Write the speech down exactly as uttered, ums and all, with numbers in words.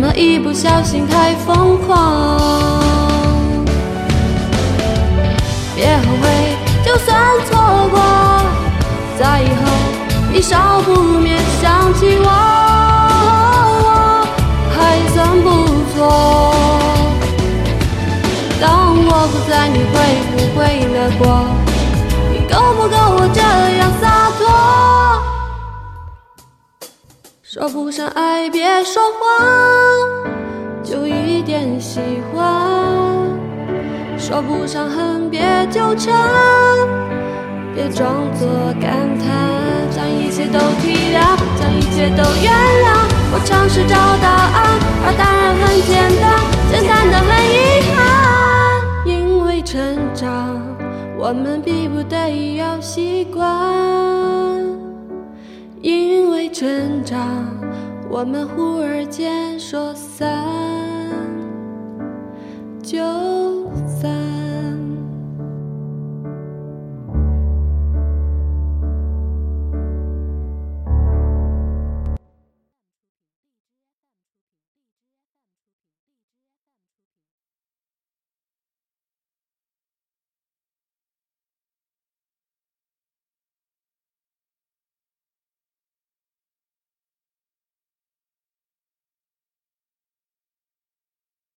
么一不小心太疯狂？别后悔，就算错过，在以后你少不免想起我，还算不错。当我不在，你会不会难过？你够不够我这样洒脱？说不上爱别说谎，就一点喜欢；说不上恨别纠缠，别装作感叹，将一切都体谅，将一切都原谅。我尝试找答案，而答案很简单，简单的很遗憾。因为成长，我们逼不得已要习惯；因为成长，我们忽而间说散。